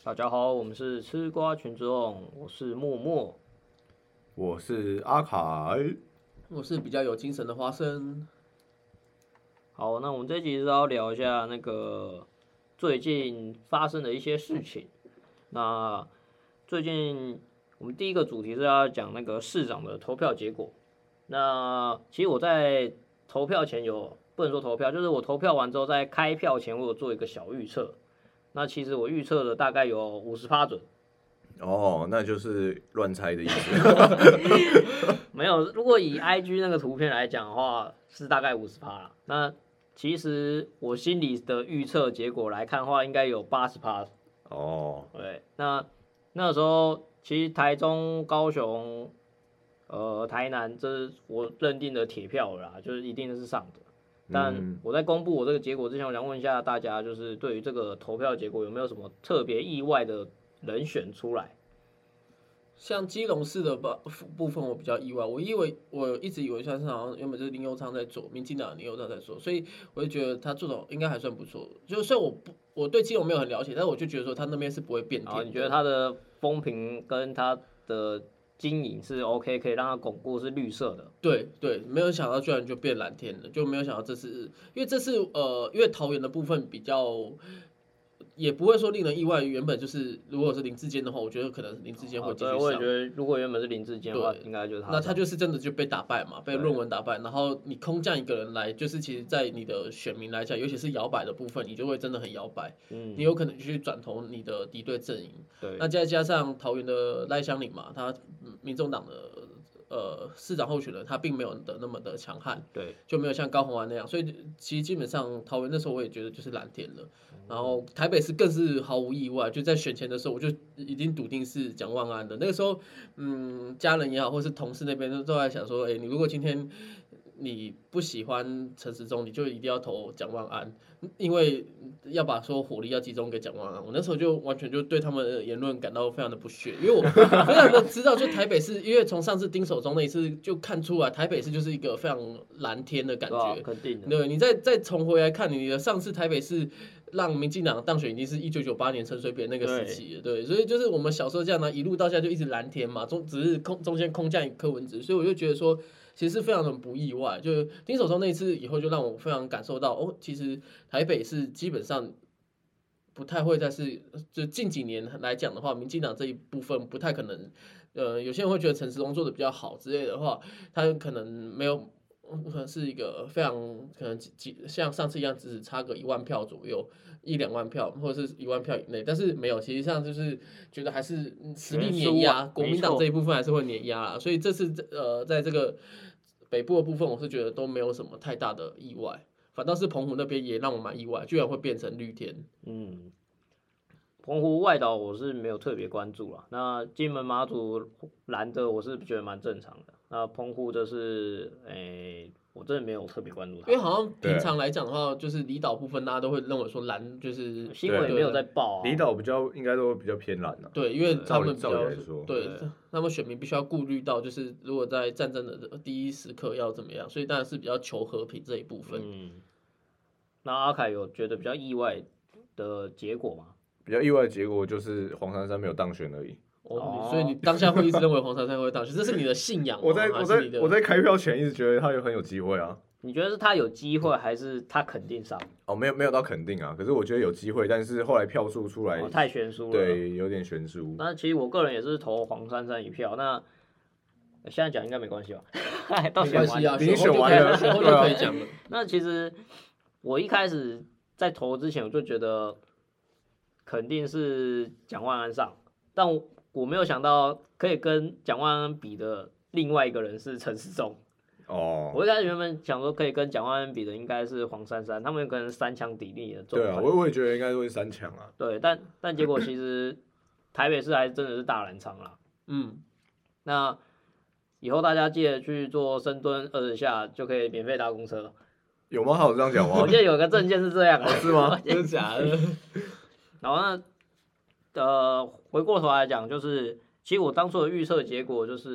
大家好，我们是吃瓜群众，我是默默。 我是阿凯。 我是比较有精神的花生。 好，那我们这集是要聊一下那个最近发生的一些事情。那最近我们第一个主题是要讲那个市长的投票结果。那其实我在投票前不能说投票，就是我投票完之后，在开票前我有做一个小预测。那其实我预测的大概有50%准。 哦，那就是乱猜的意思。 没有，如果以 IG 那个图片来讲的话，是大概50%啦。那其实我心里的预测结果来看的话，应该有80%。 哦， 对，那时候其实台中、高雄、台南，这是我认定的铁票了啦，就是一定是上的。但我在公布我这个结果之前，我想问一下大家，就是对于这个投票结果有没有什么特别意外的人选出来？ 像基隆市的部分，我比较意外。我一直以为像是好像原本就是林右昌在做，民进党的林右昌在做，所以我就觉得他做的应该还算不错。就虽然我对基隆没有很了解，但是我就觉得说他那边是不会变天的。 你觉得他的风评跟他的经营是 OK， 可以让它巩固是绿色的。 对，没有想到居然就变蓝天了，就没有想到这次因为桃园的部分比较。也不会说令人意外，原本就是如果是林志坚的话，我觉得可能林志坚会继续上。 对，我也觉得如果原本是林志坚的话，应该就是他。 那他就是真的就被打败嘛，被论文打败，然后你空降一个人来，就是其实，在你的选民来讲，尤其是摇摆的部分，你就会真的很摇摆。你有可能去转投你的敌对阵营。 对， 那再加上桃园的赖香伶嘛，他民众党的市长候选人，他并没有的那么的强悍， 对， 就没有像高虹安那样，所以其实基本上桃园那时候我也觉得就是蓝天了。然后台北市更是毫无意外，就在选前的时候我就已经笃定是蒋万安的。那个时候，家人也好，或是同事那边都在想说，你如果今天你不喜欢陈时中，你就一定要投蒋万安，因为要把所有火力要集中给蒋万安。我那时候就完全就对他们的言论感到非常的不屑，因为我非常的知道，就台北市，因为从上次丁守中那一次就看出来，台北市就是一个非常蓝天的感觉。 肯定的。 对，你再重回来看你的上次台北市让民进党当选已经是1998年陈水扁那个时期了，对，所以就是我们小时候这样呢，一路到现在就一直蓝天嘛，只是中间空降一柯文哲，所以我就觉得说。其实非常的不意外，就是丁守中那一次以后，就让我非常感受到其实台北是基本上不太会再是，就近几年来讲的话，民进党这一部分不太可能，有些人会觉得陈时中做的比较好之类的话，他可能没有，可能是一个非常可能像上次一样，只差个1万票左右，1-2万票，或者是1万票以内，但是没有，其实上就是觉得还是实力碾压，国民党这一部分还是会碾压啦，所以这次在这个北部的部分，我是觉得都没有什么太大的意外，反倒是澎湖那边也让我蛮意外，居然会变成绿天。 澎湖外岛我是没有特别关注啦，那金门马祖蓝的我是觉得蛮正常的。那澎湖就是我真的没有特别关注它， 因为好像平常来讲的话，就是离岛部分大家都会认为说蓝就是新闻也没有在报啊， 离岛应该都比较偏蓝啊。 对，因为他们比较对， 他们选民必须要顾虑到，就是如果在战争的第一时刻要怎么样，所以当然是比较求和平这一部分。 那阿凯有觉得比较意外的结果吗？ 比较意外的结果就是黄珊珊没有当选而已。 所以你当下会一直认为黄珊珊会当选，这是你的信仰吗？ 我在开票前一直觉得他很有机会啊。 你觉得是他有机会，还是他肯定上？ 没有到肯定啊，可是我觉得有机会，但是后来票数出来， 太悬殊了， 对，有点悬殊。 那其实我个人也是投黄珊珊一票，那现在讲应该没关系吧？到选完已经选完了，选后就可以讲了。 那其实我一开始在投之前，我就觉得肯定是蒋万安上，但我没有想到可以跟蒋万安比的另外一个人是陈时中。我一开始原本想说可以跟蒋万安比的应该是黄珊珊，他们有可能3强砥砺的状态。 对啊，我也觉得应该会3强啊。 对，但结果其实台北市还真的是大蓝仓啦。那以后大家记得去做深蹲20下就可以免费搭公车。 有吗？还有这样讲吗？ 我记得有个证件是这样的。 是吗？ 真的假的？ 然后回过头来讲，就是其实我当初的预测结果就是，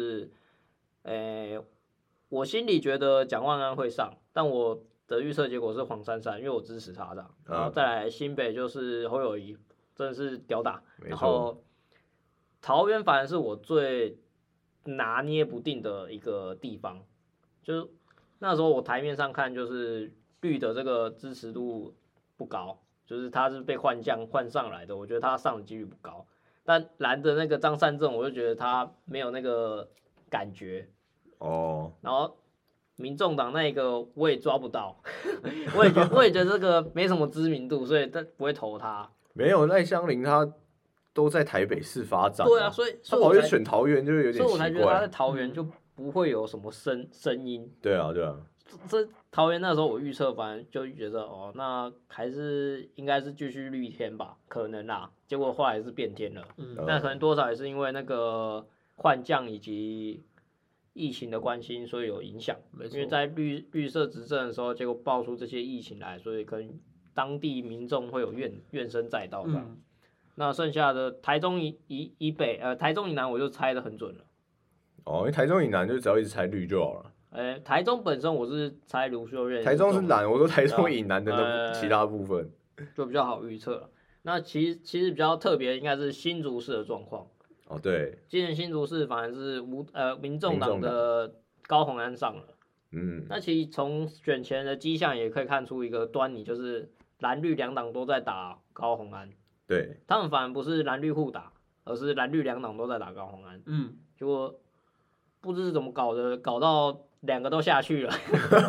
我心里觉得蒋万安会上，但我的预测结果是黄珊珊，因为我支持他这样。然后再来新北就是侯友宜， 真的是屌打。 没错然后桃园反而是我最拿捏不定的一个地方，就是那时候我台面上看，就是绿的这个支持度不高，就是他是被换将换上来的，我觉得他上的几率不高。但蓝的那个张善政，我就觉得他没有那个感觉。 哦， 然后民众党那个我也抓不到，我也觉得这个没什么知名度，所以不会投他。 没有赖香林他都在台北市发展、 对啊，所以他跑去选桃园就是有点奇怪， 所以我才觉得他在桃园就不会有什么声音。 对啊，对啊。 这桃园那时候我预测，反正就觉得哦，那还是应该是继续绿天吧，可能啦。结果后来是变天了，那可能多少也是因为那个换将以及疫情的关系，所以有影响。因为在绿色执政的时候，结果爆出这些疫情来，所以可能当地民众会有怨声载道这样。那剩下的台中以北，台中以南我就猜得很准了。 哦，因为台中以南就只要一直猜绿就好了。 台中本身我是猜卢秀燕， 台中是蓝，我说台中以南的其他部分就比较好预测了。那其实比较特别应该是新竹市的状况。 哦，对， 今年新竹市反而是民众党的高虹安上了。那其实从选前的迹象也可以看出一个端倪，就是蓝绿两党都在打高虹安。 对， 他们反而不是蓝绿互打，而是蓝绿两党都在打高虹安。结果不知是怎么搞的，搞到两个都下去了。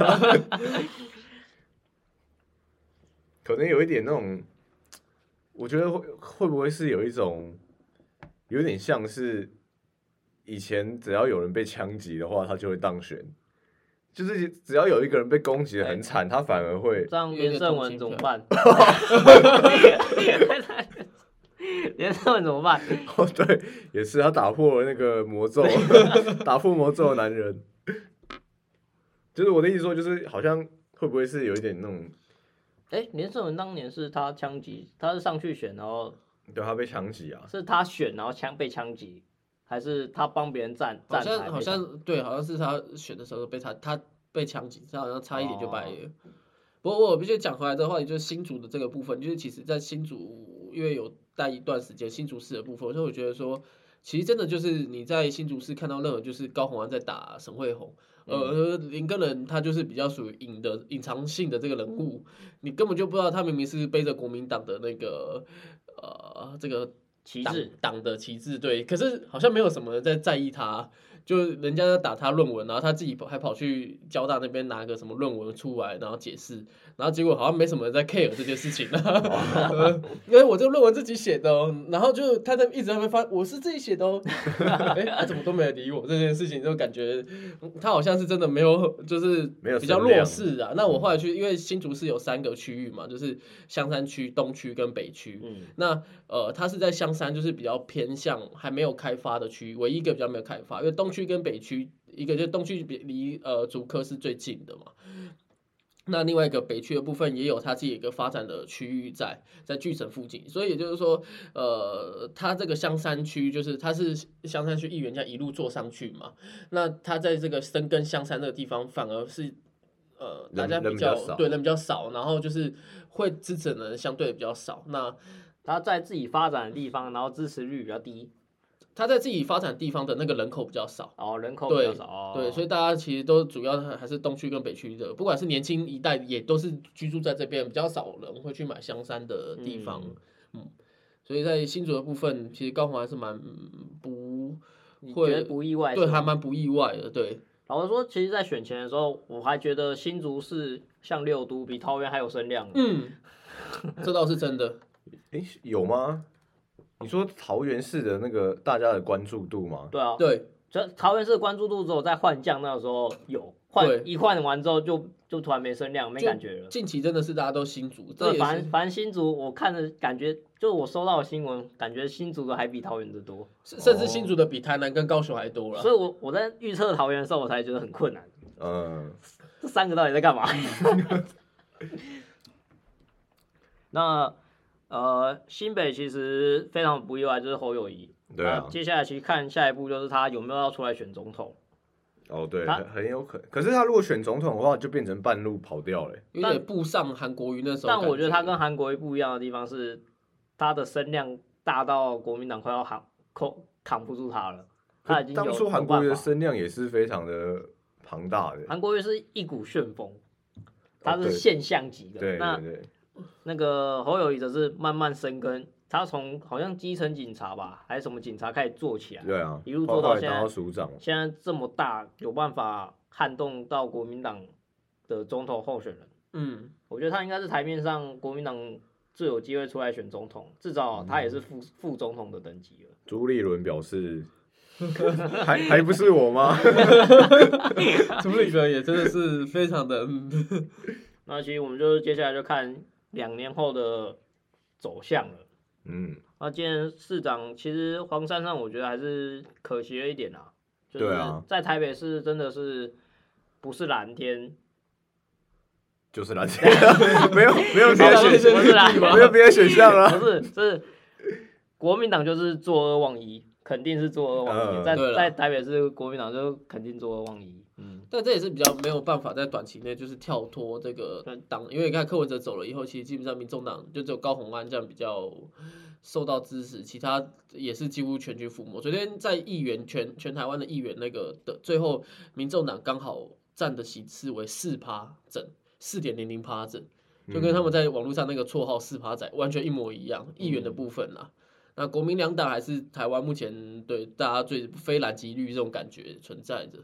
可能有一点那种，我觉得会不会是有一种，有点像是以前只要有人被枪击的话，他就会当选。就是只要有一个人被攻击的很惨，他反而会。 这样连胜文怎么办？连胜文怎么办？ 哦，对，也是他打破了那个魔咒，打破魔咒的男人。就是我的意思说，就是好像会不会是有一点那种。 连胜文当年是他枪击，他是上去选，然后对他被枪击啊？ 是他选然后被枪击，还是他帮别人站台？ 好像对，好像是他选的时候他被枪击，他好像差一点就败了。不过我必须讲回来的话，就是新竹的这个部分，就是其实在新竹因为有待一段时间新竹市的部分，所以我觉得说，其实真的就是你在新竹市看到任何就是高虹安在打沈慧虹。林根人他就是比较属于隐藏性的这个人物，你根本就不知道他明明是背着国民党的那个这个旗帜党的旗帜，对，可是好像没有什么人在意他，就人家在打他论文，然后他自己还跑去交大那边拿个什么论文出来，然后解释，然后结果好像没什么人在 care 这件事情因为我这个论文自己写的然后就他一直在那边发我是自己写的怎么都没人理我这件事情，就感觉他好像是真的没有，就是比较弱势啊。那我后来因为新竹市有3个区域嘛，就是香山区、东区跟北区，那他是在香山就是比较偏向还没有开发的区域，唯一一个比较没有开发，因为东区跟北区，一个就是东区离竹科是最近的嘛，那另外一个北区的部分也有他自己一个发展的区域在巨城附近，所以也就是说，他这个香山区就是他是香山区议员这样一路做上去嘛，那他在这个深耕香山这个地方反而是大家比较对人比较少，然后就是会支持的人相对比较少，那他在自己发展的地方，然后支持率比较低。 他在自己发展地方的那个人口比较少， 人口比较少， 对，所以大家其实都主要还是东区跟北区的，不管是年轻一代也都是居住在这边，比较少人会去买香山的地方，所以在新竹的部分，其实高虹还是蛮不意外， 对，还蛮不意外的，对。 老实说，其实，在选前的时候，我还觉得新竹市像6都比桃园还有声量， 这倒是真的。 有吗？你说桃园市的那个大家的关注度吗？ 对啊， 对， 这桃园市的关注度只有在换将那个时候有，换完之后就突然没声量，没感觉了。 近期真的是大家都新竹， 对，反正新竹我看的感觉，就我收到的新闻，感觉新竹的还比桃园的多， 甚至新竹的比台南跟高雄还多了。 所以我在预测桃园的时候，我才觉得很困难。这3个到底在干嘛？那新北其实非常不意外，就是侯友宜。 对啊。 接下来其实看下一步就是他有没有要出来选总统。 对，很有可能。可是他如果选总统的话，就变成半路跑掉了， 有点步上韩国瑜那时候。 但我觉得他跟韩国瑜不一样的地方是， 他的声量大到国民党快要扛不住他了。他已经当初韩国瑜的声量也是非常的庞大的， 韩国瑜是一股旋风，他是现象级的。 对， 那个侯友宜则是慢慢生根，他从好像基层警察吧，还是什么警察开始做起来， 对啊， 一路做到现在， 署长， 现在这么大，有办法撼动到国民党的总统候选人。我觉得他应该是台面上国民党最有机会出来选总统，至少他也是副总统的等级了。 朱立伦表示。还不是我吗？ 朱立伦也真的是非常的。 那其实我们就接下来就看2年后的走向了。那今年市长其实黄珊珊我觉得还是可惜了一点啦，就是在台北市真的是不是蓝天， 就是蓝天，没有别的选项， 不是蓝， 没有别的选项了。 不是，是国民党就是作恶忘一。肯定是作恶忘一，在台北市国民党就肯定作恶忘一。 但这也是比较没有办法在短期内就是跳脱这个党，因为你看柯文哲走了以后，其实基本上民众党就只有高虹安这样比较受到支持，其他也是几乎全军覆没。昨天在议员全台湾的议员那个的最后，民众党刚好占的席次为4%整，4.00%整，就跟他们在网络上那个绰号4%仔完全一模一样。议员的部分啦。那国民两党还是台湾目前对大家最非蓝即绿这种感觉存在着，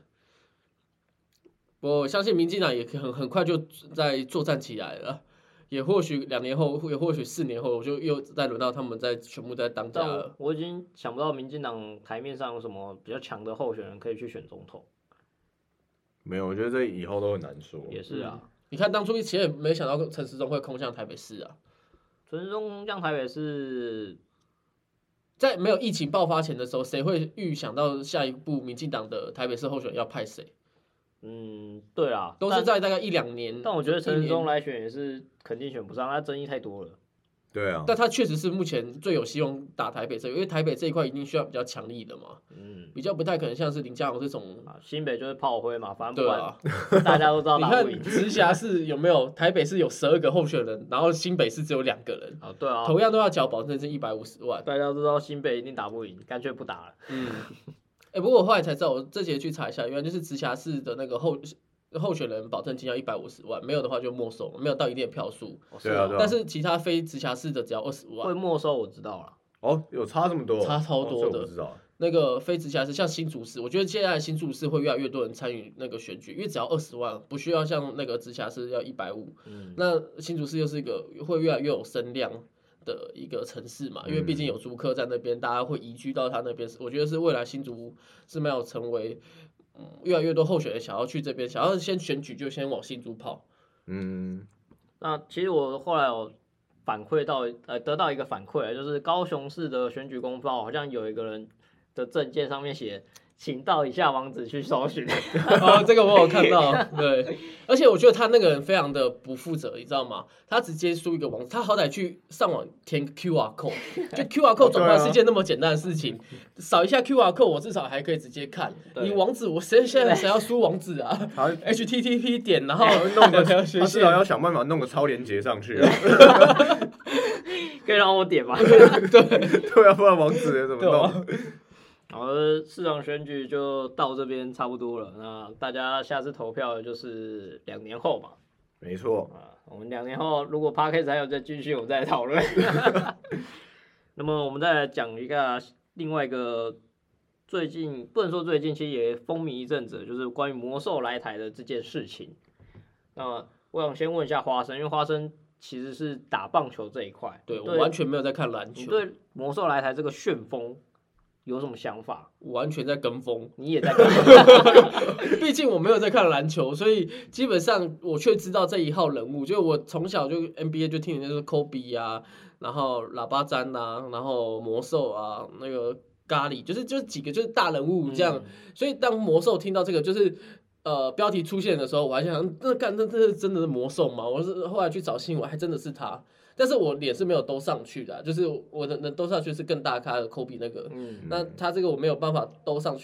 我相信民进党也很快就在作战起来了，也或许2年后，也或许4年后，就又再轮到他们全部在当家了。 我已经想不到民进党台面上有什么比较强的候选人可以去选总统。 没有，我觉得这以后都很难说。 也是啊， 你看当初其实也没想到陈时中会空向台北市啊。 陈时中空向台北市。 在没有疫情爆发前的时候，谁会预想到下一步民进党的台北市候选人要派谁？ 对啦， 都是在大概1-2年。 但我觉得陈时中来选也是肯定选不上，他争议太多了。 对啊， 但他确实是目前最有希望打台北这，因为台北这一块一定需要比较强力的嘛，比较不太可能像是林佳龙这种， 新北就是炮灰嘛，反正不管大家都知道打不赢。 你看直辖市有没有？台北市有12个候选人，然后新北市只有2个人， 对啊， 同样都要缴保证金150万， 大家都知道新北一定打不赢，干脆不打了。 不过我后来才知道，我这节去查一下，原来就是直辖市的那个候选人保证金要150万，没有的话就没收，没有到一定的票数。 对啊， 但是其他非直辖市的只要20万。 会没收我知道了。 哦，有差这么多？ 差超多的。 我知道。 那个非直辖市，像新竹市，我觉得现在新竹市会越来越多人参与那个选举，因为只要20万，不需要像那个直辖市要150。那新竹市又是一个会越来越有声量的一个城市嘛，因为毕竟有竹科在那边，大家会移居到他那边。我觉得是未来新竹是没有成为。越来越多候选人想要去这边，想要先选举就先往新竹跑。 那其实我后来有反馈到，得到一个反馈，就是高雄市的选举公报好像有一个人的证件上面写，请到以下网址去搜寻。 这个我有看到，对，而且我觉得他那个人非常的不负责，你知道吗？他直接输一个网址，他好歹去上网填 QR code， 就 QR code 总不能是一件那么简单的事情，扫一下 QR code 我至少还可以直接看。你网址我现在谁要输网址啊？HTTP 点，然后弄个他至少要想办法弄个超连结上去， 可以让我点吗？ 对啊，不然网址怎么弄？ 好的，市长选举就到这边差不多了。那大家下次投票就是2年后嘛。 没错我们2年后如果 Podcast 还有再继续，我们再来讨论。那么我们再来讲一个另外一个最近不能说最近，其实也风靡一阵子，就是关于魔兽来台的这件事情。那我想先问一下花生，因为花生其实是打棒球这一块， 对我完全没有在看篮球。 你对魔兽来台这个旋风有什么想法？ 我完全在跟风， 你也在跟风。 毕竟我没有在看篮球，所以基本上我却知道这一号人物。就我从小就 NBA 就听人家说 Kobe 啊，然后喇叭詹啊，然后魔兽啊，那个咖喱，就是几个就是大人物这样。所以当魔兽听到这个就是标题出现的时候，我还想这是真的是魔兽吗？我是后来去找新闻，还真的是他。但是我脸是没有兜上去的，就是我能兜上去是更大咖的 Kobe 那个，那他这个我没有办法兜上去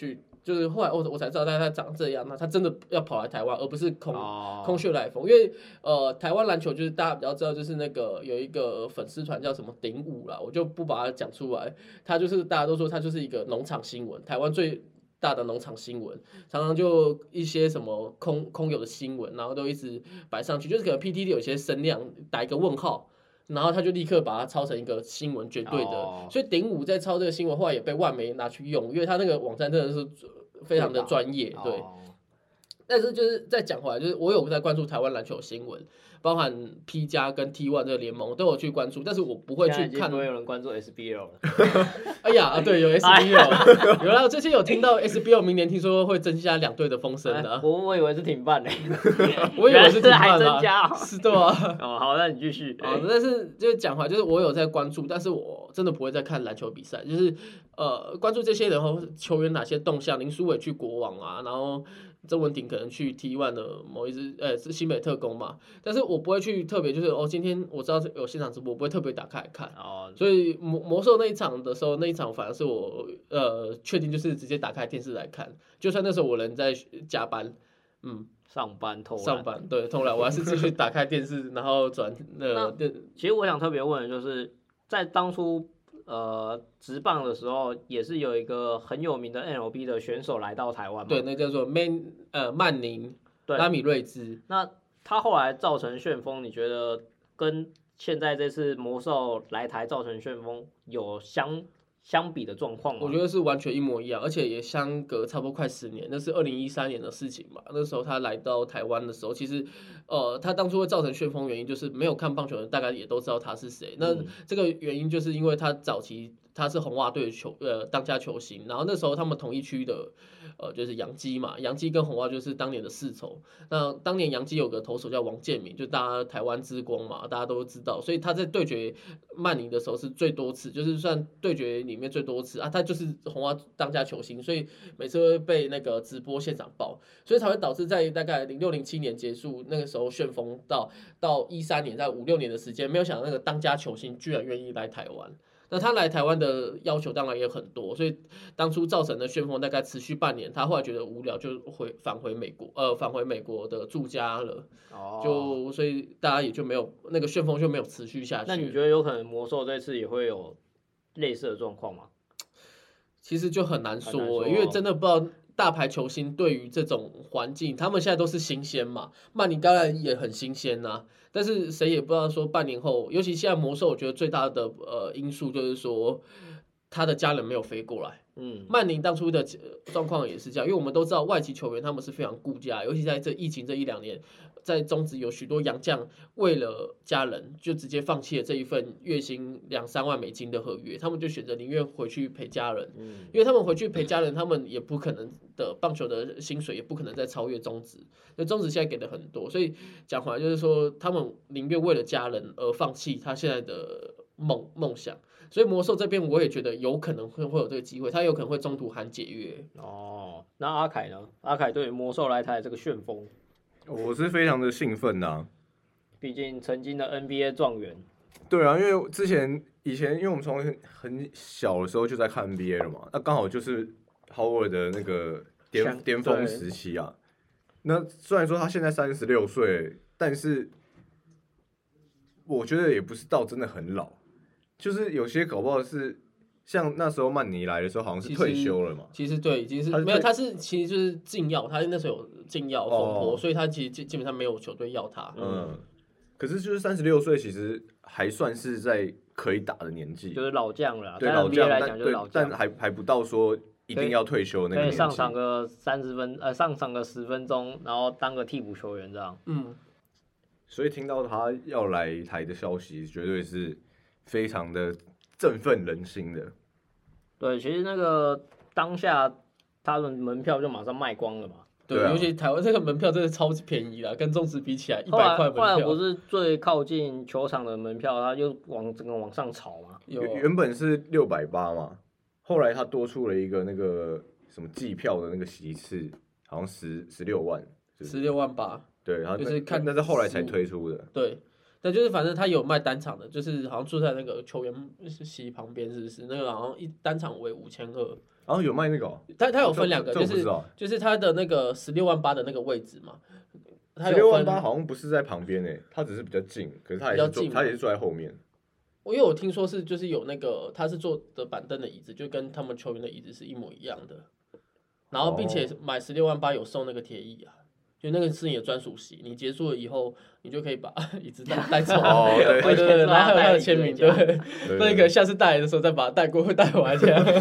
就是后来我才知道他长这样，那他真的要跑来台湾，而不是空穴来风。因为台湾篮球就是大家比较知道，就是那个有一个粉丝团叫什么顶舞啦，我就不把它讲出来。他就是大家都说他就是一个农场新闻，台湾最大的农场新闻，常常就一些什么空有的新闻，然后都一直摆上去，就是可能 PTT 有些声量打一个问号。然后他就立刻把它抄成一个新闻，绝对的。所以顶武在抄这个新闻，后来也被外媒拿去用，因为他那个网站真的是非常的专业，对。但是就是再讲回来，就是我有在关注台湾篮球新闻，包含 P 加跟 T1 这个联盟都有去关注，但是我不会去看。 不会有人关注 SBL 了。 哎呀对，有 SBL， 有啦，最近有听到 SBL 明年听说会增加2队的风声的。 我以为是停办嘞， 我以为是停办还增加， 是对啊。 好，那你继续。 但是就是讲回来，就是我有在关注，但是我真的不会再看篮球比赛，就是关注这些人后球员哪些动向，林书伟去国网啊，然后。曾文鼎可能去 T1 的某一支，是新北特工嘛，但是我不会去特别，就是今天我知道有现场直播，我不会特别打开来看。所以魔兽那一场的时候，那一场反而是我确定就是直接打开电视来看，就算那时候我人在加班， 上班偷懒， 对偷懒，我还是继续打开电视，然后转其实我想特别问的就是在当初。职棒的时候也是有一个很有名的 MLB 的选手来到台湾嘛， 对，那叫做曼宁拉米瑞兹。 那他后来造成旋风，你觉得跟现在这次魔兽来台造成旋风有相比的状况吗？ 我觉得是完全一模一样，而且也相隔差不多快10年，那是2013年的事情嘛。那时候他来到台湾的时候，其实他当初会造成旋风原因就是没有看棒球的人大概也都知道他是谁。那这个原因就是因为他早期他是红袜队的当家球星，然后那时候他们同一区的就是洋基嘛，洋基跟红袜就是当年的世仇。那当年洋基有个投手叫王建民，就大家台湾之光嘛，大家都知道，所以他在对决曼宁的时候是最多次，就是算对决里面最多次啊，他就是红袜当家球星，所以每次会被那个直播现场爆，所以才会导致在大概06-07年结束那个时候旋风到13年，在5-6年的时间，没有想到那个当家球星居然愿意来台湾。那他来台湾的要求当然也很多，所以当初造成的旋风大概持续半年，他后来觉得无聊，就返回美国的住家了。所以大家也就没有那个旋风就没有持续下去。 那你觉得有可能魔兽这次也会有类似的状况吗？ 其实就很难说，因为真的不知道大牌球星对于这种环境，他们现在都是新鲜嘛。曼宁当然也很新鲜啊。但是谁也不知道说半年后，尤其现在魔兽，我觉得最大的因素就是说他的家人没有飞过来。曼宁当初的状况也是这样，因为我们都知道外籍球员他们是非常顾家，尤其在这疫情这1-2年，在中职有许多洋将为了家人就直接放弃了这一份月薪2-3万美金的合约，他们就选择宁愿回去陪家人，因为他们回去陪家人，他们也不可能的棒球的薪水也不可能再超越中职，那中职现在给的很多，所以讲回来就是说，他们宁愿为了家人而放弃他现在的梦想。所以魔兽这边我也觉得有可能会有这个机会，他有可能会中途喊解约。 那阿凯呢？阿凯对魔兽来台这个旋风， 我是非常的兴奋呐。 毕竟曾经的 NBA 状元。 对啊，因为以前因为我们从很小的时候就在看 NBA 了嘛，那刚好就是 Howard 的那个巅峰时期啊。那虽然说他现在36岁，但是我觉得也不是到真的很老。就是有些搞不好是像那时候曼尼来的时候，好像是退休了嘛。 其实对，已经是没有，其实就是禁药，他那时候有禁药风波，所以他其实基本上没有球队要他。 可是就是36岁，其实还算是在可以打的年纪， 就是老将了。 对老将来讲就是老将， 但还不到说一定要退休那个年纪。 可以上场个上场个10分钟，然后当个替补球员这样。 所以听到他要来台的消息，绝对是非常的振奋人心的。 对，其实那个当下他的门票就马上卖光了嘛。 对，尤其台湾这个门票真的超级便宜啦，跟中职比起来100块门票。 后来不是最靠近球场的门票，它就整个往上炒嘛。 原本是680嘛，后来他多出了一个那个什么季票的那个席次，好像16万，16 万8。 对，然后就是看那是后来才推出的。 对。 对，就是反正他有卖单场的，就是好像住在那个球员席旁边，是不是？那个好像单场为5200。 然后有卖那个、哦， 他有分两个，就是他的那个168000的那个位置嘛。 168000好像不是在旁边诶，他只是比较近，可是他也是坐在后面。 因为我听说就是有那个他是坐的板凳的椅子，就跟他们球员的椅子是一模一样的。然后并且买168000有送那个铁椅啊。就那个是你的专属席，你结束了以后，你就可以把椅子带走。对，然后还有他的签名，对，那个下次带来的时候再把它带过，会带回来这样。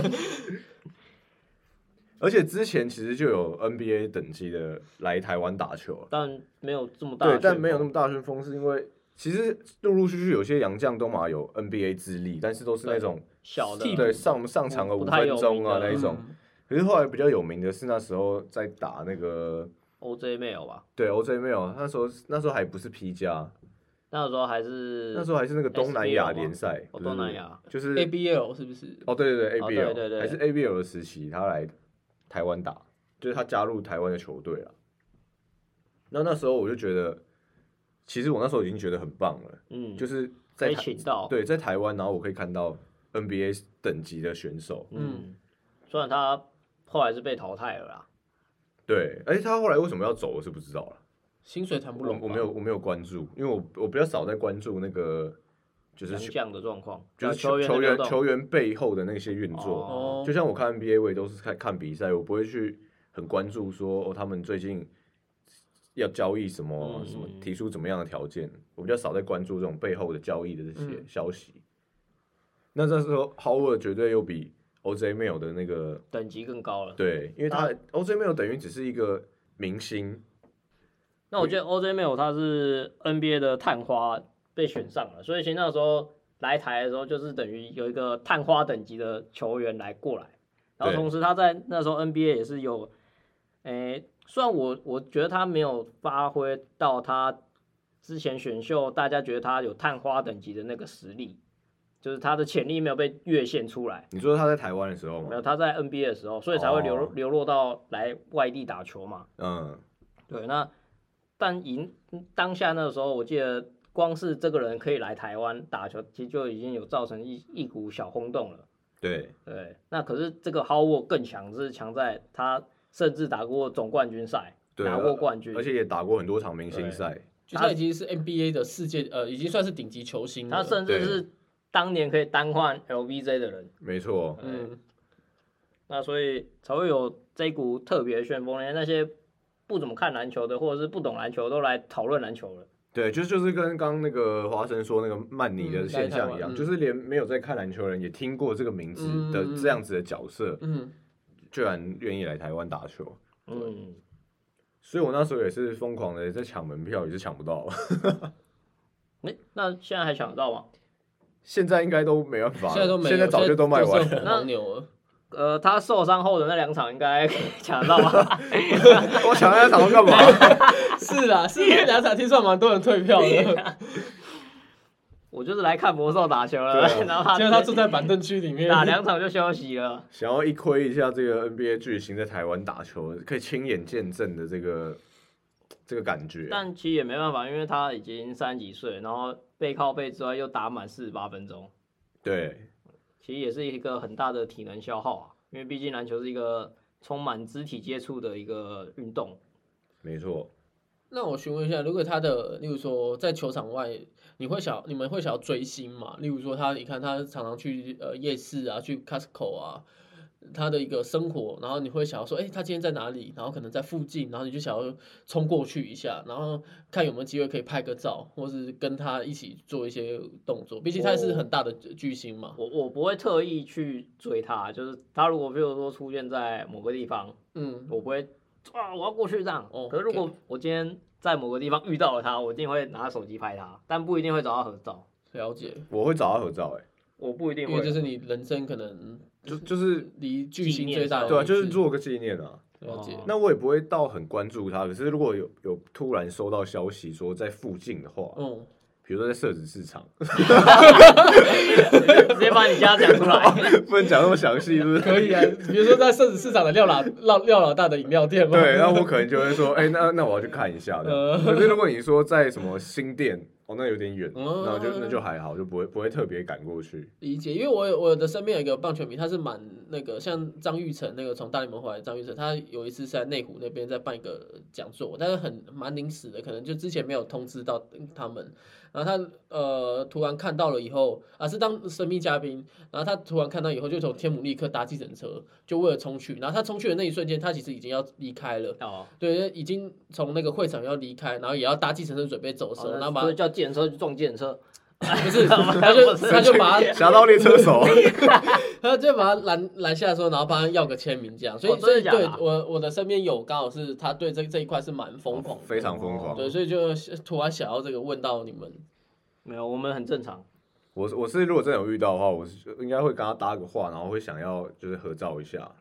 而且之前其实就有 NBA 等级的来台湾打球， 但没有这么大。 对，但没有那么大旋风，是因为其实陆陆续续有些洋将都嘛有 NBA 资历，但是都是那种小的， 对，上场个5分钟啊那一种。可是后来比较有名的是那时候在打那个 OJ Mail 吧？ 对 ，OJ Mail， 那时候还不是 P 加， 那时候还是那个东南亚联赛， 东南亚就是 ABL 是不是？ 哦，对 ABL， 对， 还是 ABL 的时期，他来台湾打，就是他加入台湾的球队了。那时候我就觉得，其实我那时候已经觉得很棒了，就是被请到， 对，在台湾，然后我可以看到 NBA 等级的选手， 虽然他后来是被淘汰了啦。 对，而且他后来为什么要走，我是不知道了。 薪水谈不拢， 我没有关注，因为我比较少在关注那个就是这样的状况， 就是球员背后的那些运作。就像我看 NBA， 我也都是看比赛，我不会去很关注说他们最近要交易什么提出怎么样的条件，我比较少在关注这种背后的交易的这些消息。那这时候 Howard 绝对又比 OJ Mail 的那个等级更高了。 对，因为他 OJ Mail 等于只是一个明星。 那我觉得 OJ Mail 他是 NBA 的探花被选上了，所以其实那时候来台的时候，就是等于有一个探花等级的球员来过来，然后同时他在那时候 NBA 也是有，虽然我觉得他没有发挥到他之前选秀大家觉得他有探花等级的那个实力，就是他的潜力没有被跃现出来。 你说他在台湾的时候吗？ 没有，他在 NBA 的时候，所以才会流落到来外地打球嘛。对，但当下那个时候，我记得光是这个人可以来台湾打球，其实就已经有造成一股小轰动了。 对， 那可是这个 Howard 更强，是强在他甚至打过总冠军赛，拿过冠军， 而且也打过很多场明星赛。 就他已经是 NBA 的世界已经算是顶级球星了。 他甚至是当年可以单换 LBJ 的人。 没错。 那所以才会有这一股特别的旋风，那些不怎么看篮球的，或者是不懂篮球，都来讨论篮球了。 对，就是跟刚刚那个华生说那个曼尼的现象一样，就是连没有在看篮球的人也听过这个名字的这样子的角色，居然愿意来台湾打球。所以我那时候也是疯狂的在抢门票，也是抢不到。 那现在还抢得到吗？ 现在应该都没办法了， 现在都没有， 现在早就都卖完了。 黄牛了。 他受伤后的那2场应该抢得到吧？ 我抢那2场干嘛？ 是啦，是那2场听说蛮多人退票的。 我就是来看魔兽打球了，然后结果他坐在板凳区里面， 打2场就休息了。 想要一窥一下这个 NBA 巨星在台湾打球，可以亲眼见证的这个感觉。 但其实也没办法，因为他已经30几岁，然后背靠背之外又打满48分钟。 对。 其实也是一个很大的体能消耗啊，因为毕竟篮球是一个充满肢体接触的一个运动。 没错。 那我询问一下，如果他的，例如说在球场外，你们会想要追星吗？例如说你看他常常去夜市啊，去 Costco 啊，他的一个生活，然后你会想要说，他今天在哪里？然后可能在附近，然后你就想要冲过去一下，然后看有没有机会可以拍个照，或是跟他一起做一些动作。毕竟他是很大的巨星嘛。 我不会特意去追他，就是他如果比如说出现在某个地方，我不会我要过去这样。可是如果我今天在某个地方遇到了他，我一定会拿手机拍他，但不一定会找他合照。 了解。 我会找他合照我不一定会， 因为这是你人生可能就是离巨星最大的， 对啊，就是做个纪念啊。 了解。 那我也不会到很关注他，可是如果有突然收到消息说在附近的话，比如说在社子市场， 直接把你家讲出来， 不能讲那么详细，是不是？ 可以啊，比如说在社子市场的廖老大的饮料店嘛。 对，然后我可能就会说，那我要去看一下的。可是如果你说在什么新店， 那有点远，那就还好，就不会特别赶过去。 理解，因为我的身边有一个棒球迷，他是蛮那个，像张玉成那个从大联盟回来的张玉成，他有一次是在内湖那边在办一个讲座，但是蛮临时的，可能就之前没有通知到他们，然后他突然看到了以后是当神秘嘉宾，然后他突然看到以后就从天母立刻搭计程车，就为了冲去，然后他冲去的那一瞬间，他其实已经要离开了，对，已经从那个会场要离开，然后也要搭计程车准备走的时候，然后把叫计程车去撞计程车。 不是，他就把他侠盗猎车手， 他就把他拦下来说，然后帮他要个签名这样，所以对我的身边有刚好是他对这一块是蛮疯狂的， 非常疯狂， 对，所以就突然想要这个问到你们， 没有，我们很正常。 我是如果真的有遇到的话，我是应该会跟他搭个话，然后会想要就是合照一下。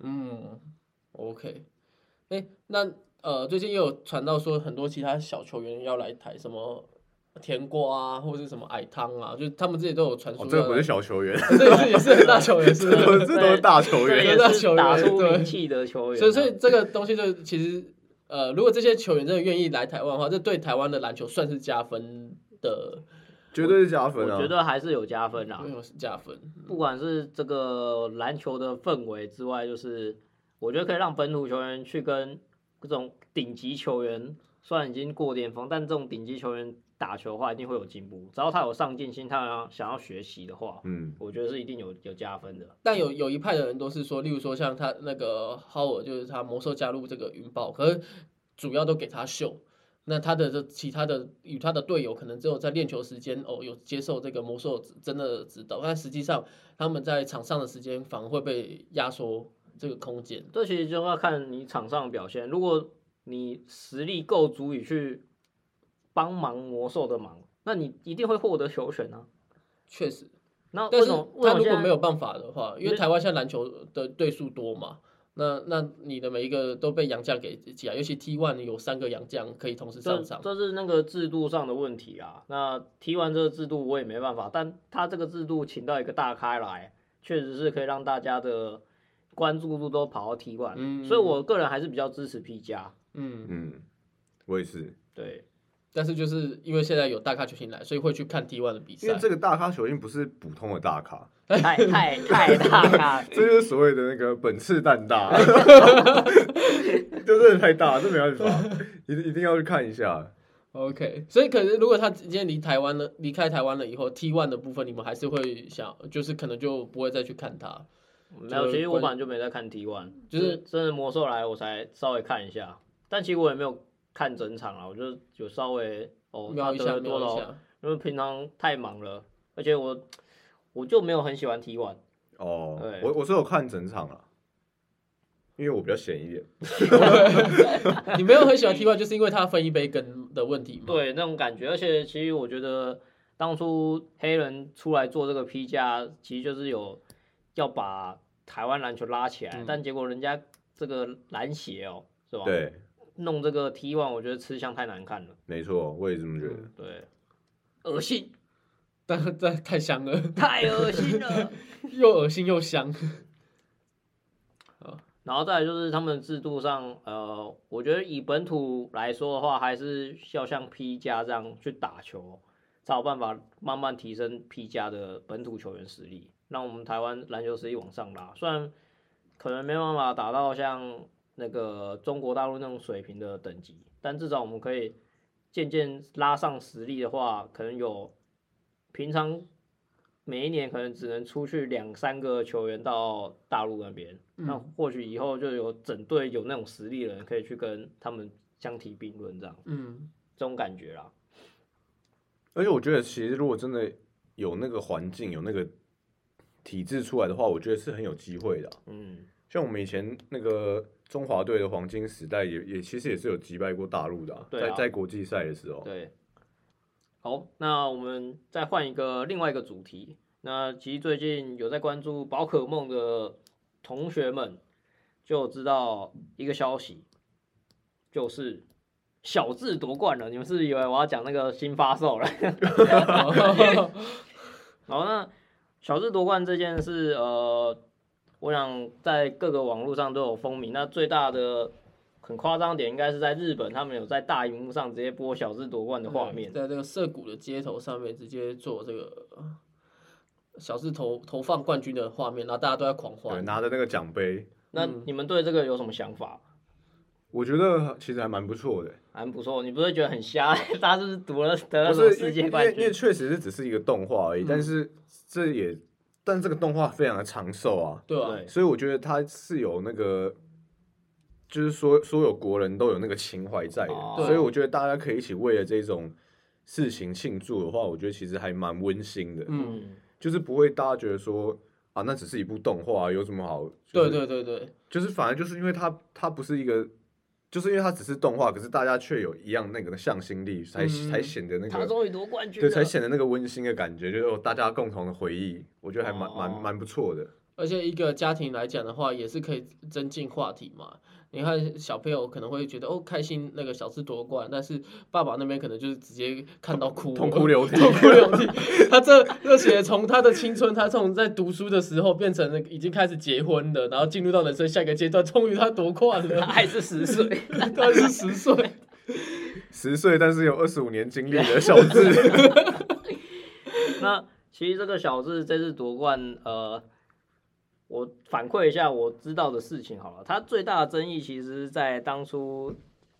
OK， 那最近又有传到说很多其他小球员要来台什么。甜瓜啊，或者是什么矮汤啊，就他们这些都有传说。 这个不是小球员， 这也是很大球员，是这都是大球员， 也是打出名气的球员。 所以这个东西就其实如果这些球员真的愿意来台湾的话，这对台湾的篮球算是加分的， 绝对是加分啊！ 我觉得还是有加分啦， 加分。 不管是这个篮球的氛围之外，就是我觉得可以让本土球员去跟这种顶级球员，虽然已经过巅峰，但这种顶级球员打球的话，一定会有进步。只要他有上进心，他想要学习的话，我觉得是一定有加分的。 但有一派的人都是说，例如说像他那个 Howard， 就是他魔兽加入这个云豹，可是主要都给他秀。那他的其他的与他的队友可能只有在练球时间有接受这个魔兽真的指导，但实际上他们在场上的时间反而会被压缩这个空间。 这其实就要看你场上的表现，如果你实力够足以去帮忙魔兽的忙，那你一定会获得球权啊。 确实， 那但是他如果没有办法的话，因为台湾现在篮球的队数多嘛，那你的每一个都被洋将给挤啊，尤其 T1 有3个洋将可以同时上场， 这是那个制度上的问题啊。那 T1 这个制度我也没办法，但他这个制度请到一个大咖来，确实是可以让大家的关注度都跑到 T1，所以我个人还是比较支持 P+。 我也是。 对。 但是就是因为现在有大咖球星来，所以会去看 T1 的比赛。 因为这个大咖球星不是普通的大咖， 太大咖， 这就是所谓的那个本次蛋大，就真的太大，这没办法，一定要去看一下。 OK， 所以可是如果他今天离开台湾了以后 ，T1 的部分你们还是会想，就是可能就不会再去看他。 没有，其实我本来就没在看 T1，就是真的魔兽来我才稍微看一下，但其实我也没有看整场啊，我就有稍微瞄一下， 因为平常太忙了，而且我就没有很喜欢 T1。 我是有看整场啦，因为我比较闲一点。 你没有很喜欢 T1，就是因为他分一杯羹的问题吗？ 对，那种感觉。而且其实我觉得当初黑人出来做这个 P+，其实就是要把台湾篮球拉起来，但结果人家这个篮协是吧？ 对。 弄这个 T1，我觉得吃相太难看了。 没错，我也这么觉得。 对，恶心， 但太香了， 太恶心了， 又恶心又香。 然后再来就是他们制度上，我觉得以本土来说的话，还是要像 P+ 这样去打球，才有办法慢慢提升 P+ 的本土球员实力，让我们台湾篮球实力往上拉。虽然可能没办法达到像那个中国大陆那种水平的等级，但至少我们可以渐渐拉上实力的话，可能有平常每一年可能只能出去2-3个球员到大陆那边，那或许以后就有整队有那种实力的人可以去跟他们相提并论，这样，这种感觉啦。 而且我觉得，其实如果真的有那个环境、有那个体制出来的话，我觉得是很有机会的。像我们以前那个中华队的黄金时代也其实也是有击败过大陆的，在国际赛的时候。 对。好，那我们再换另外一个主题。那其实最近有在关注宝可梦的同学们，就知道一个消息，就是小智夺冠了。你们是以为我要讲那个新发售了？好，那小智夺冠这件事，我想在各个网络上都有风靡。那最大的可很夸张点，应该是在日本，他们有在大荧幕上直接播小智夺冠的画面， 在这个涩谷的街头上面直接做这个小智投放冠军的画面，然后大家都在狂对， 欢。 拿着那个奖杯， 那你们对这个有什么想法？ 我觉得其实还蛮不错的。 蛮不错，你不会觉得很瞎？他是不是得了不什么是世界冠因为军？ 确实是只是一个动画而已，但这个动画非常的长寿啊， 对啊， 对所以我觉得它是有那个，就是说所有国人都有那个情怀在的， 哦所以我觉得大家可以一起为了这种事情庆祝的话，我觉得其实还蛮温馨的， 嗯， 就是不会大家觉得说啊，那只是一部动画，有什么好？ 对对对对， 就是反而就是因为它不是一个。就是因为它只是动画，可是大家却有一样那个向心力，才显得那个他终于夺冠军对， 了， 才显得那个温馨的感觉，就是大家共同的回忆，我觉得还哦蛮不错的。 而且一个家庭来讲的话，也是可以增进话题嘛。你看小朋友可能会觉得开心那个小智夺冠，但是爸爸那边可能就是直接看到哭， 痛哭流涕， 痛哭流涕。他这热血从他的青春，他从在读书的时候变成了已经开始结婚了，然后进入到人生下一个阶段，终于他夺冠了， 他还是10岁， 他是10岁 ，10岁但是有25年经历的小智。 那其实这个小智这次夺冠，我反馈一下我知道的事情好了。他最大的争议其实在当初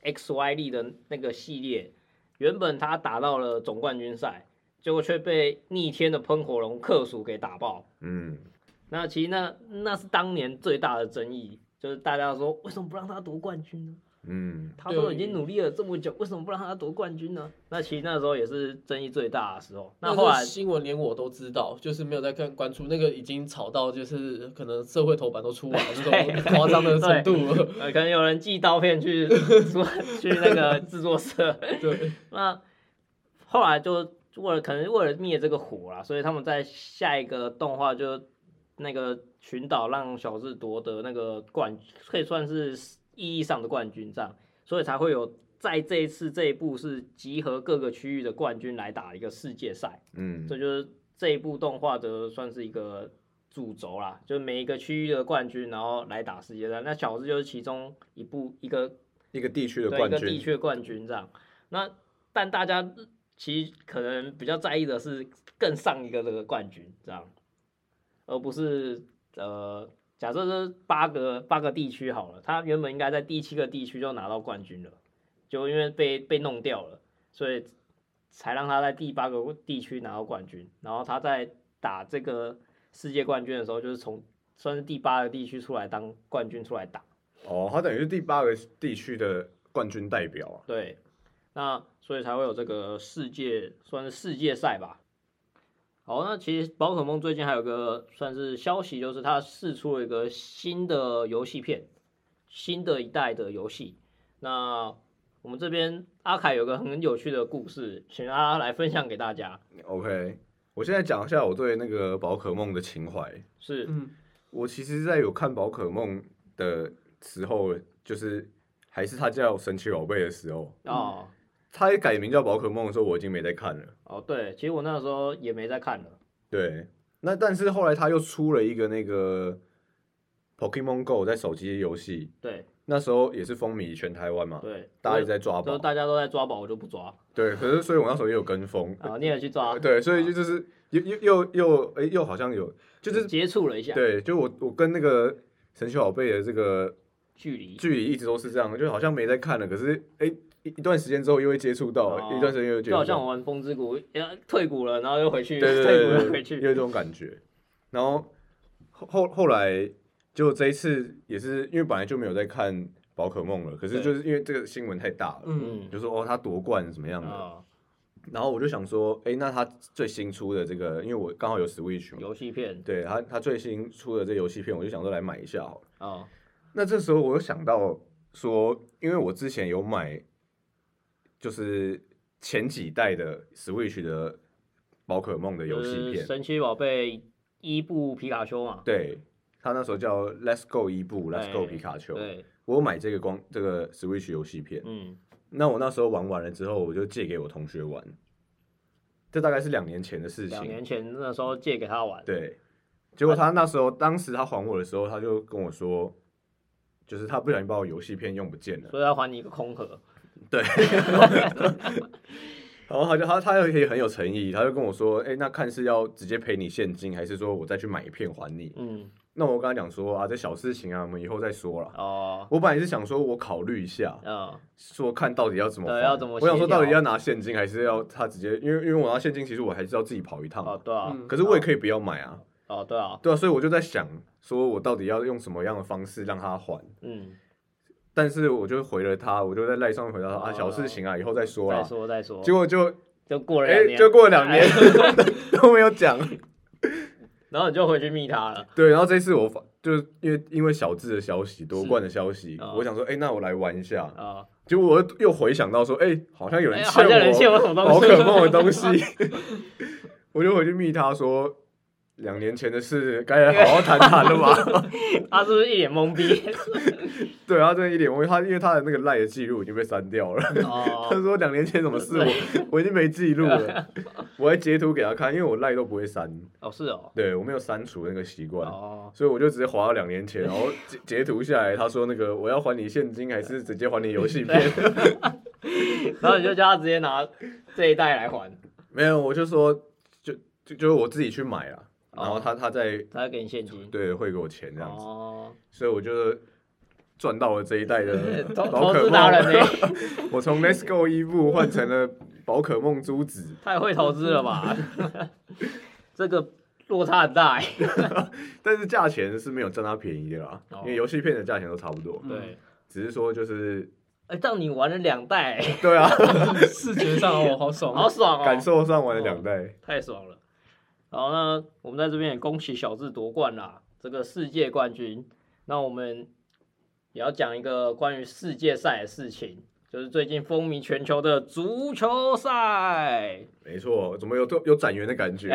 XY 力的那个系列，原本他打到了总冠军赛，结果却被逆天的喷火龙克数给打爆。那其实那是当年最大的争议，就是大家说为什么不让他夺冠军呢？他都已经努力了这么久，为什么不让他夺冠军呢？那其实那时候也是争议最大的时候。那后来新闻连我都知道，就是没有在关注那个，已经炒到就是可能社会头版都出来这种夸张的程度了。 可能有人寄刀片去那个制作社。 对， 那后来就可能为了灭这个火啦，所以他们在下一个动画就那个群岛让小智夺得那个可以算是意义上的冠军，这样，所以才会有在这一次这一部是集合各个区域的冠军来打一个世界赛。这就是这一部动画的算是一个主轴啦，就是每一个区域的冠军，然后来打世界赛。那小智就是其中一个地区的冠军， 一个地区的冠军这样。但大家其实可能比较在意的是更上一个这个冠军这样，而不是假设是八个地区好了，他原本应该在第7个地区就拿到冠军了，就因为被弄掉了，所以才让他在第8个地区拿到冠军。然后他在打这个世界冠军的时候，就是算是第8个地区出来当冠军出来打。 他等于是第8个地区的冠军代表啊。 对，那所以才会有这个算是世界赛吧。好，那其实宝可梦最近还有个算是消息，就是它释出了一个新的游戏片，新的一代的游戏。那我们这边阿凯有个很有趣的故事，请他来分享给大家。 OK， 我现在讲一下我对那个宝可梦的情怀。 是， 我其实在有看宝可梦的时候，就是还是它叫神奇宝贝的时候它改名叫宝可梦的时候，我已经没在看了。 对，其实我那时候也没在看了。 对，那但是后来他又出了一个那个 Pokemon Go 在手机游戏， 对， 那时候也是风靡全台湾嘛， 对， 大家也在抓宝， 大家都在抓宝，我就不抓。 对，可是所以我那时候也有跟风你也去抓？ 对，所以就是又好像有就是接触了一下。 对，就我跟那个神奇宝贝的这个距离一直都是这样，就好像没在看了，可是一段时间之后又会接触到，一段时间又接触到， 就好像我玩风之谷，退股了，然后又回去， 对退股又回去， 有这种感觉。然后后来就这一次也是因为本来就没有在看宝可梦了，可是就是因为这个新闻太大了，就说他夺冠怎么样的，然后我就想说，那他最新出的这个，因为我刚好有 Switch 嘛， 游戏片， 对他最新出的这游戏片，我就想说来买一下好了。 那这时候我又想到说，因为我之前有买。就是前几代的 Switch 的宝可梦的游戏片， 神奇宝贝伊布皮卡丘嘛， 对，他那时候叫 Let's Go 伊布 ，Let's Go 皮卡丘。 对， 我有买这个 Switch 游戏片，那我那时候玩完了之后，我就借给我同学玩，这大概是2年前的事情。2 年前那时候借给他玩， 对，结果当时他还我的时候，他就跟我说， 就是他不小心把我游戏片用不见了， 所以要还你一个空盒。 对。然后他也很有诚意，他就跟我说，那看是要直接赔你现金，还是说我再去买一片还你？那我跟他讲说啊，这小事情啊，我们以后再说啦。我本来是想说我考虑一下，说看到底要怎么还。我想说到底要拿现金，还是要他直接，因为我拿现金，其实我还是要自己跑一趟。 对啊。 可是我也可以不要买啊。 对啊。 对啊，所以我就在想，说我到底要用什么样的方式让他还？但是我就回了他，我就在赖上面回答说啊，小事情啊，以后再说啦。 再说。 结果就过了2年， 就过了2年都没有讲。 然后你就回去密他了。 对，然后这次我就因为小智的消息、夺冠的消息，我想说，那我来玩一下。结果我又回想到说，好像有人欠我宝可梦的东西，我就回去密他说，2年前的事该来好好谈谈了吧？ 他是不是一脸懵逼？ 对，他真的一脸懵逼。因为他的那个赖的记录已经被删掉了。他说2年前什么事我已经没记录了。我还截图给他看，因为我赖都不会删。 是哦。 对，我没有删除那个习惯。所以我就直接滑到2年前，然后截图下来，他说那个我要还你现金，还是直接还你游戏片？ 然后你就叫他直接拿这一袋来还。 没有，我就说就是我自己去买了。然后他再给你现金， 对，会给我钱这样子，所以我就赚到了这一代的宝可梦。我从 Let's Go 伊布换成了宝可梦珠子， 太会投资了吧？这个落差很大但是价钱是没有占他便宜的啦，因为游戏片的价钱都差不多。 对， 只是说就是让你玩了2代。 对啊， 视觉上好爽， 好爽哦， 感受上玩了2代， 太爽了。好，那我们在这边也恭喜小智夺冠啦，这个世界冠军。那我们也要讲一个关于世界赛的事情，就是最近风靡全球的足球赛。 没错，怎么有展元的感觉？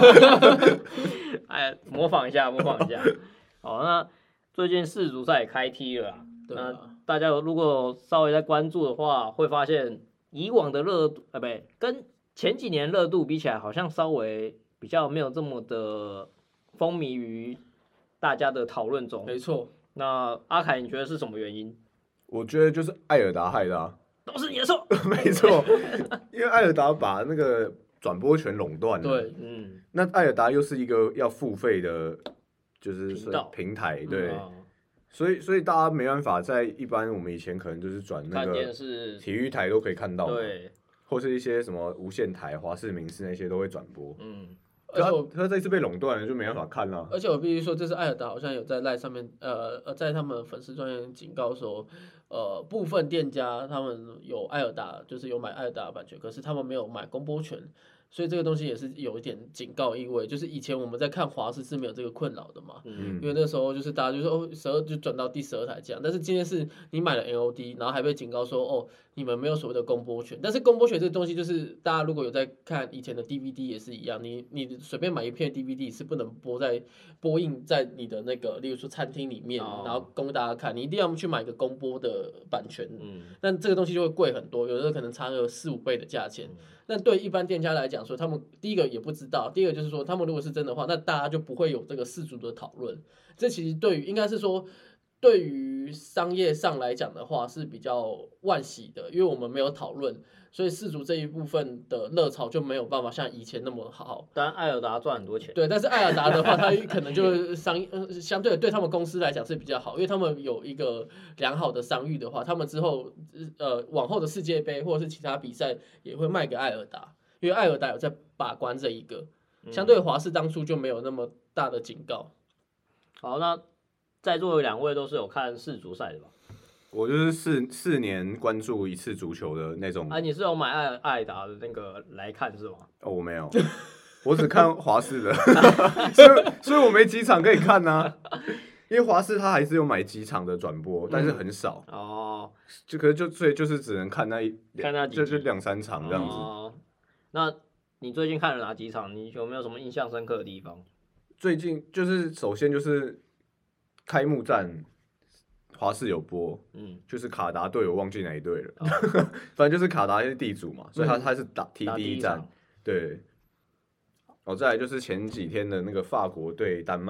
模仿一下。好，那最近世足赛也开踢了啦。那大家如果稍微在关注的话，会发现以往的热度，跟前几年热度比起来，好像稍微比较没有这么的风靡于大家的讨论中。 没错。 那阿凯，你觉得是什么原因？ 我觉得就是艾尔达害的啊。 都是你的错。 没错，因为艾尔达把那个转播权垄断了。 对， 那艾尔达又是一个要付费的，就是平台，对。所以大家没办法在一般我们以前可能就是转那个体育台都可以看到嘛， 对， 或是一些什么无线台、华视、民视那些都会转播。 而且他这次被垄断了，就没办法看了。 而且我必须说，这次艾尔达好像有在赖上面，在他们粉丝专页警告说，部分店家他们有艾尔达，就是有买艾尔达的版权，可是他们没有买公播权，所以这个东西也是有一点警告意味。就是以前我们在看华视是没有这个困扰的嘛，因为那时候就是大家就说12就转到第12台这样，但是今天是你买了 NOD， 然后还被警告说你们没有所谓的公播权，但是公播权这个东西就是大家如果有在看以前的 DVD 也是一样，你随便买一片 DVD 是不能播映在你的那个，例如说餐厅里面，然后供大家看，你一定要去买一个公播的版权，那这个东西就会贵很多，有的可能差个4-5倍的价钱。那对一般店家来讲说，他们第一个也不知道，第二个就是说，他们如果是真的话，那大家就不会有这个世足的讨论。这其实应该是说，对于商业上来讲的话是比较惋惜的，因为我们没有讨论，所以世足这一部分的热潮就没有办法像以前那么好。 当然，艾尔达赚很多钱。 对，但是艾尔达的话，它可能就相对对他们公司来讲是比较好，因为他们有一个良好的商誉的话，他们之后往后的世界杯或者是其他比赛也会卖给艾尔达，因为艾尔达有在把关这一个，相对华视当初就没有那么大的警告。 好，那在座的2位都是有看世足赛的吧？ 我就是4年关注一次足球的那种。 你是有买艾尔达的那个来看是吗？ 我没有，我只看华视的，所以我没几场可以看啊。因为华视它还是有买几场的转播，但是很少所以就是只能看那就2-3场这样子。 那你最近看了哪几场？你有没有什么印象深刻的地方？ 最近就是首先就是开幕战，华视有播，就是卡达队，我忘记哪一队了，反正就是卡达是地主嘛，所以他是踢第一战，对。再来就是前几天的那个法国对丹麦，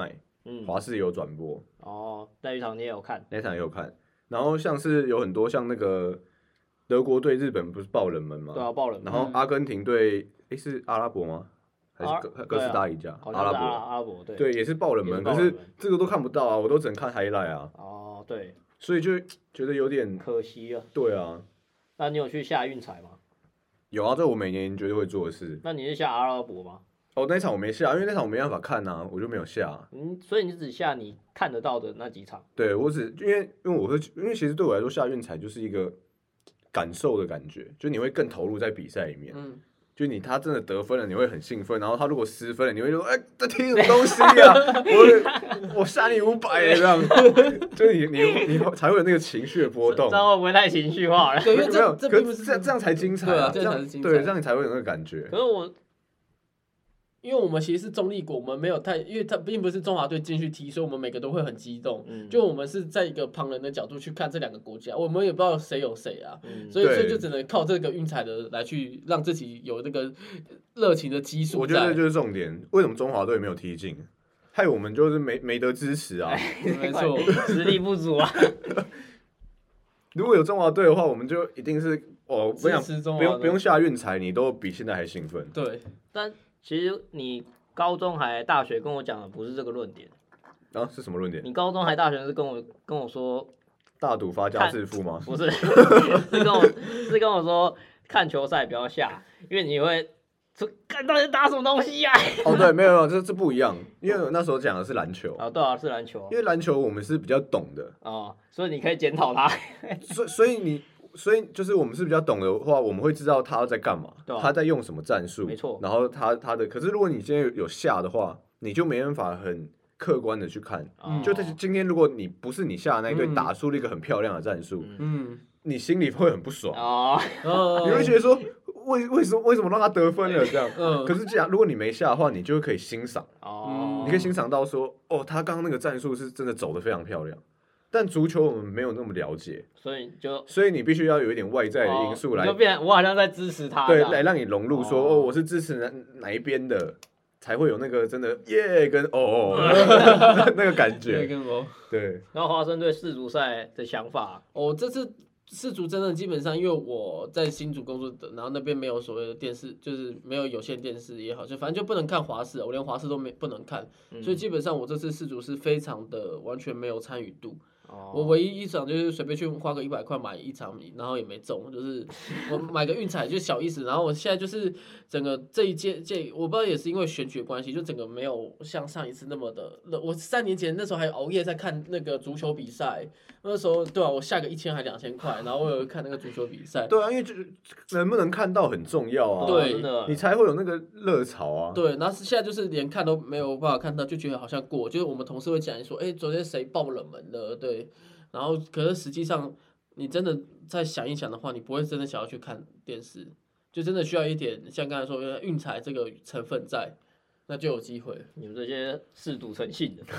华视有转播。 哦，那一场你也有看？ 那场也有看。然后像是有很多像那个德国对日本不是爆冷门吗？ 对啊，爆冷门。 然后阿根廷对是阿拉伯吗？还是哥斯达黎加？ 阿拉伯对。 对，也是爆冷门，可是这个都看不到啊，我都只能看 highlight 啊。 哦，对。 所以就觉得有点可惜了。 对啊。 那你有去下运彩吗？ 有啊，这我每年绝对会做的事。 那你是下阿拉伯吗？ 哦，那场我没下，因为那场我没办法看啊，我就没有下。 所以你只下你看得到的那几场。 对，我只因为其实对我来说下运彩就是一个感受的感觉，就你会更投入在比赛里面。就他真的得分了，你会很兴奋；然后他如果失分了，你会说：“这踢什么东西啊？我下你500这样。”就是你才会有那个情绪的波动。 这样会不会太情绪化了？ 对，因为这并不是这样才精彩啊！这样才是精彩。 对，这样你才会有那个感觉。 可是因为我们其实是中立国，我们没有太，因为它并不是中华队进去踢，所以我们每个都会很激动。就我们是在一个旁人的角度去看这2个国家，我们也不知道谁有谁啊，所以就只能靠这个运彩的来去让自己有那个热情的基数。 我觉得这就是重点。为什么中华队没有踢进？害我们就是没得支持啊！ 没错， 实力不足啊。 如果有中华队的话，我们就一定是我跟你讲，不用下运彩，你都比现在还兴奋。 对， 但其实你高中还大学跟我讲的不是这个论点。 啊，是什么论点？ 你高中还大学是跟我说大赌发家致富吗？ 不是，是跟我说看球赛不要下，因为你会说看到底打什么东西呀？ 哦，对，没有，这不一样，因为我那时候讲的是篮球。 哦，对啊，是篮球。 因为篮球我们是比较懂的。 哦，所以你可以检讨他。 所以就是我们是比较懂的话，我们会知道他在干嘛，他在用什么战术， 没错。 然后他的，可是如果你今天有下的话，你就没办法很客观的去看。就今天如果你不是你下的那一队打出了一个很漂亮的战术，你心里会很不爽。你会觉得说为什么让他得分了这样？可是如果你没下的话，你就可以欣赏。你可以欣赏到说，他刚刚那个战术是真的走得非常漂亮。但足球我们没有那么了解，所以你必须要有一点外在的因素来， 就变我好像在支持他， 对，来让你融入说，我是支持哪一边的，才会有那个真的耶跟那个感觉，对。 然后华盛顿世足赛的想法， 这次世足真的基本上，因为我在新竹工作的，然后那边没有所谓的电视，就是没有有线电视也好，就反正就不能看华视，我连华视都不能看，所以基本上我这次世足是非常的完全没有参与度。我唯一一场就是随便去花个100块买一场米，然后也没中，就是我买个运彩就小意思。然后我现在就是整个这一届我不知道也是因为选举的关系，就整个没有像上一次那么的热。我3年前那时候还熬夜在看那个足球比赛，那时候对啊，我下个1000还2000块，然后我有看那个足球比赛。 对啊，因为能不能看到很重要啊， 对， 你才会有那个热潮啊。 对，然后现在就是连看都没有办法看到，就觉得好像过。就是我们同事会讲说，昨天谁爆冷门了，对。然后，可是实际上，你真的再想一想的话，你不会真的想要去看电视，就真的需要一点像刚才说运彩这个成分在，那就有机会。 你们这些嗜赌成性的，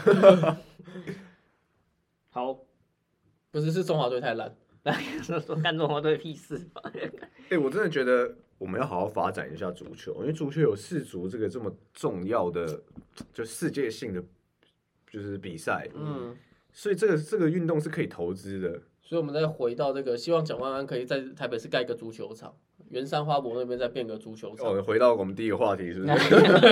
好， 不是中华队太烂， 说干中华队屁事。 我真的觉得我们要好好发展一下足球，因为足球有世足这个这么重要的，就世界性的就是比赛，所以这个运动是可以投资的。 所以我们再回到这个，希望蒋万安可以在台北市盖一个足球场，圆山花博那边再变个足球场。 回到我们第一个话题是不是？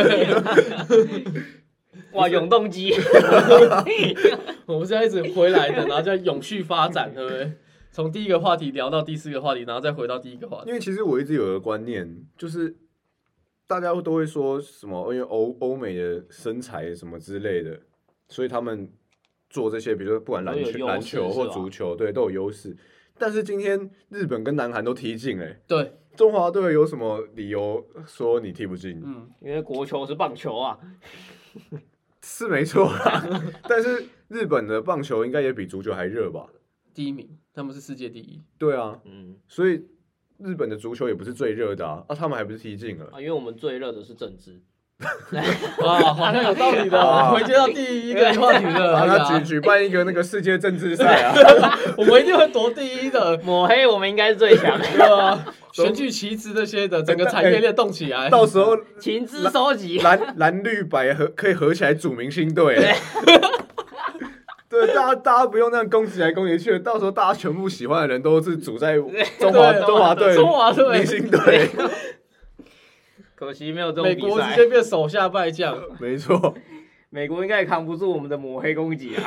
哇，永动机！ 我们是要一直回来的，然后再永续发展，对不对？从第一个话题聊到第4个话题，然后再回到第一个话题。 因为其实我一直有个观念，就是大家都会说什么，因为欧美的身材什么之类的，所以他们做这些，比如说不管篮球或足球，对，都有优势。但是今天日本跟南韩都踢进了， 对， 中华队有什么理由说你踢不进？ 因为国球是棒球啊， 是没错啦。但是日本的棒球应该也比足球还热吧？ 第1名，他们是世界第1。 对啊，所以日本的足球也不是最热的啊，他们还不是踢进了因为我们最热的是政治。 啊，好像有道理的。回接到第一个话题了， 让他举办一个那个世界政治赛啊， 我们一定会夺第一的。 抹黑我们应该是最强的， 对啊，选举旗帜这些的，整个产业链动起来。 到时候情资收集， 蓝绿白可以合起来组明星队。对，大家不用那样攻击来攻击去，到时候大家全部喜欢的人都是组在中华队明星队。 可惜没有这种美比赛， 国直接变手下败将。 没错， 美国应该也扛不住我们的抹黑攻击啊。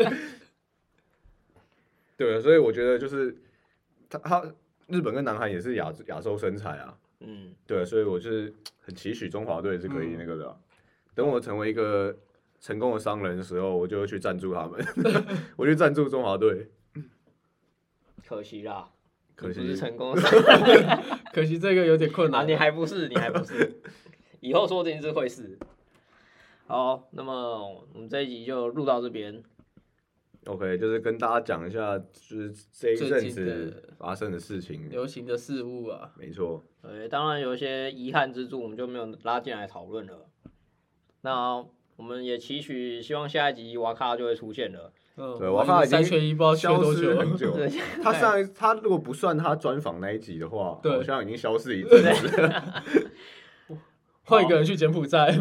对，所以我觉得就是他日本跟南韩也是亚洲身材啊。对，所以我就是很期许中华队是可以那个的。等我成为一个成功的商人的时候，我就会去赞助他们，我去赞助中华队。 可惜啦， 可惜不是成功， 可惜这个有点困难。 你还不是，以后说不定是会是。好，那么我们这一集就录到这边。 OK， 就是跟大家讲一下，就是这一阵子发生的事情， 流行的事物啊。 没错。 当然有一些遗憾之处，我们就没有拉进来讨论了。那我们也期许，希望下一集瓦卡就会出现了。 对，瓦卡已经 3缺1，不知道消多久失很久。他如果不算他专访那一集的话，好像已经消失一阵子。 换一个人去柬埔寨。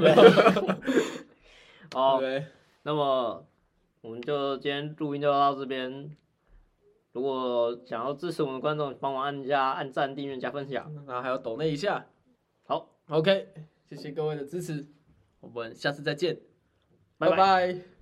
好，那么我们就今天录音就到这边。如果想要支持我们的观众，帮忙按赞、订阅、加分享， 然后还要抖内一下。 好 ，OK，谢谢各位的支持，我们下次再见， 拜拜。 拜拜。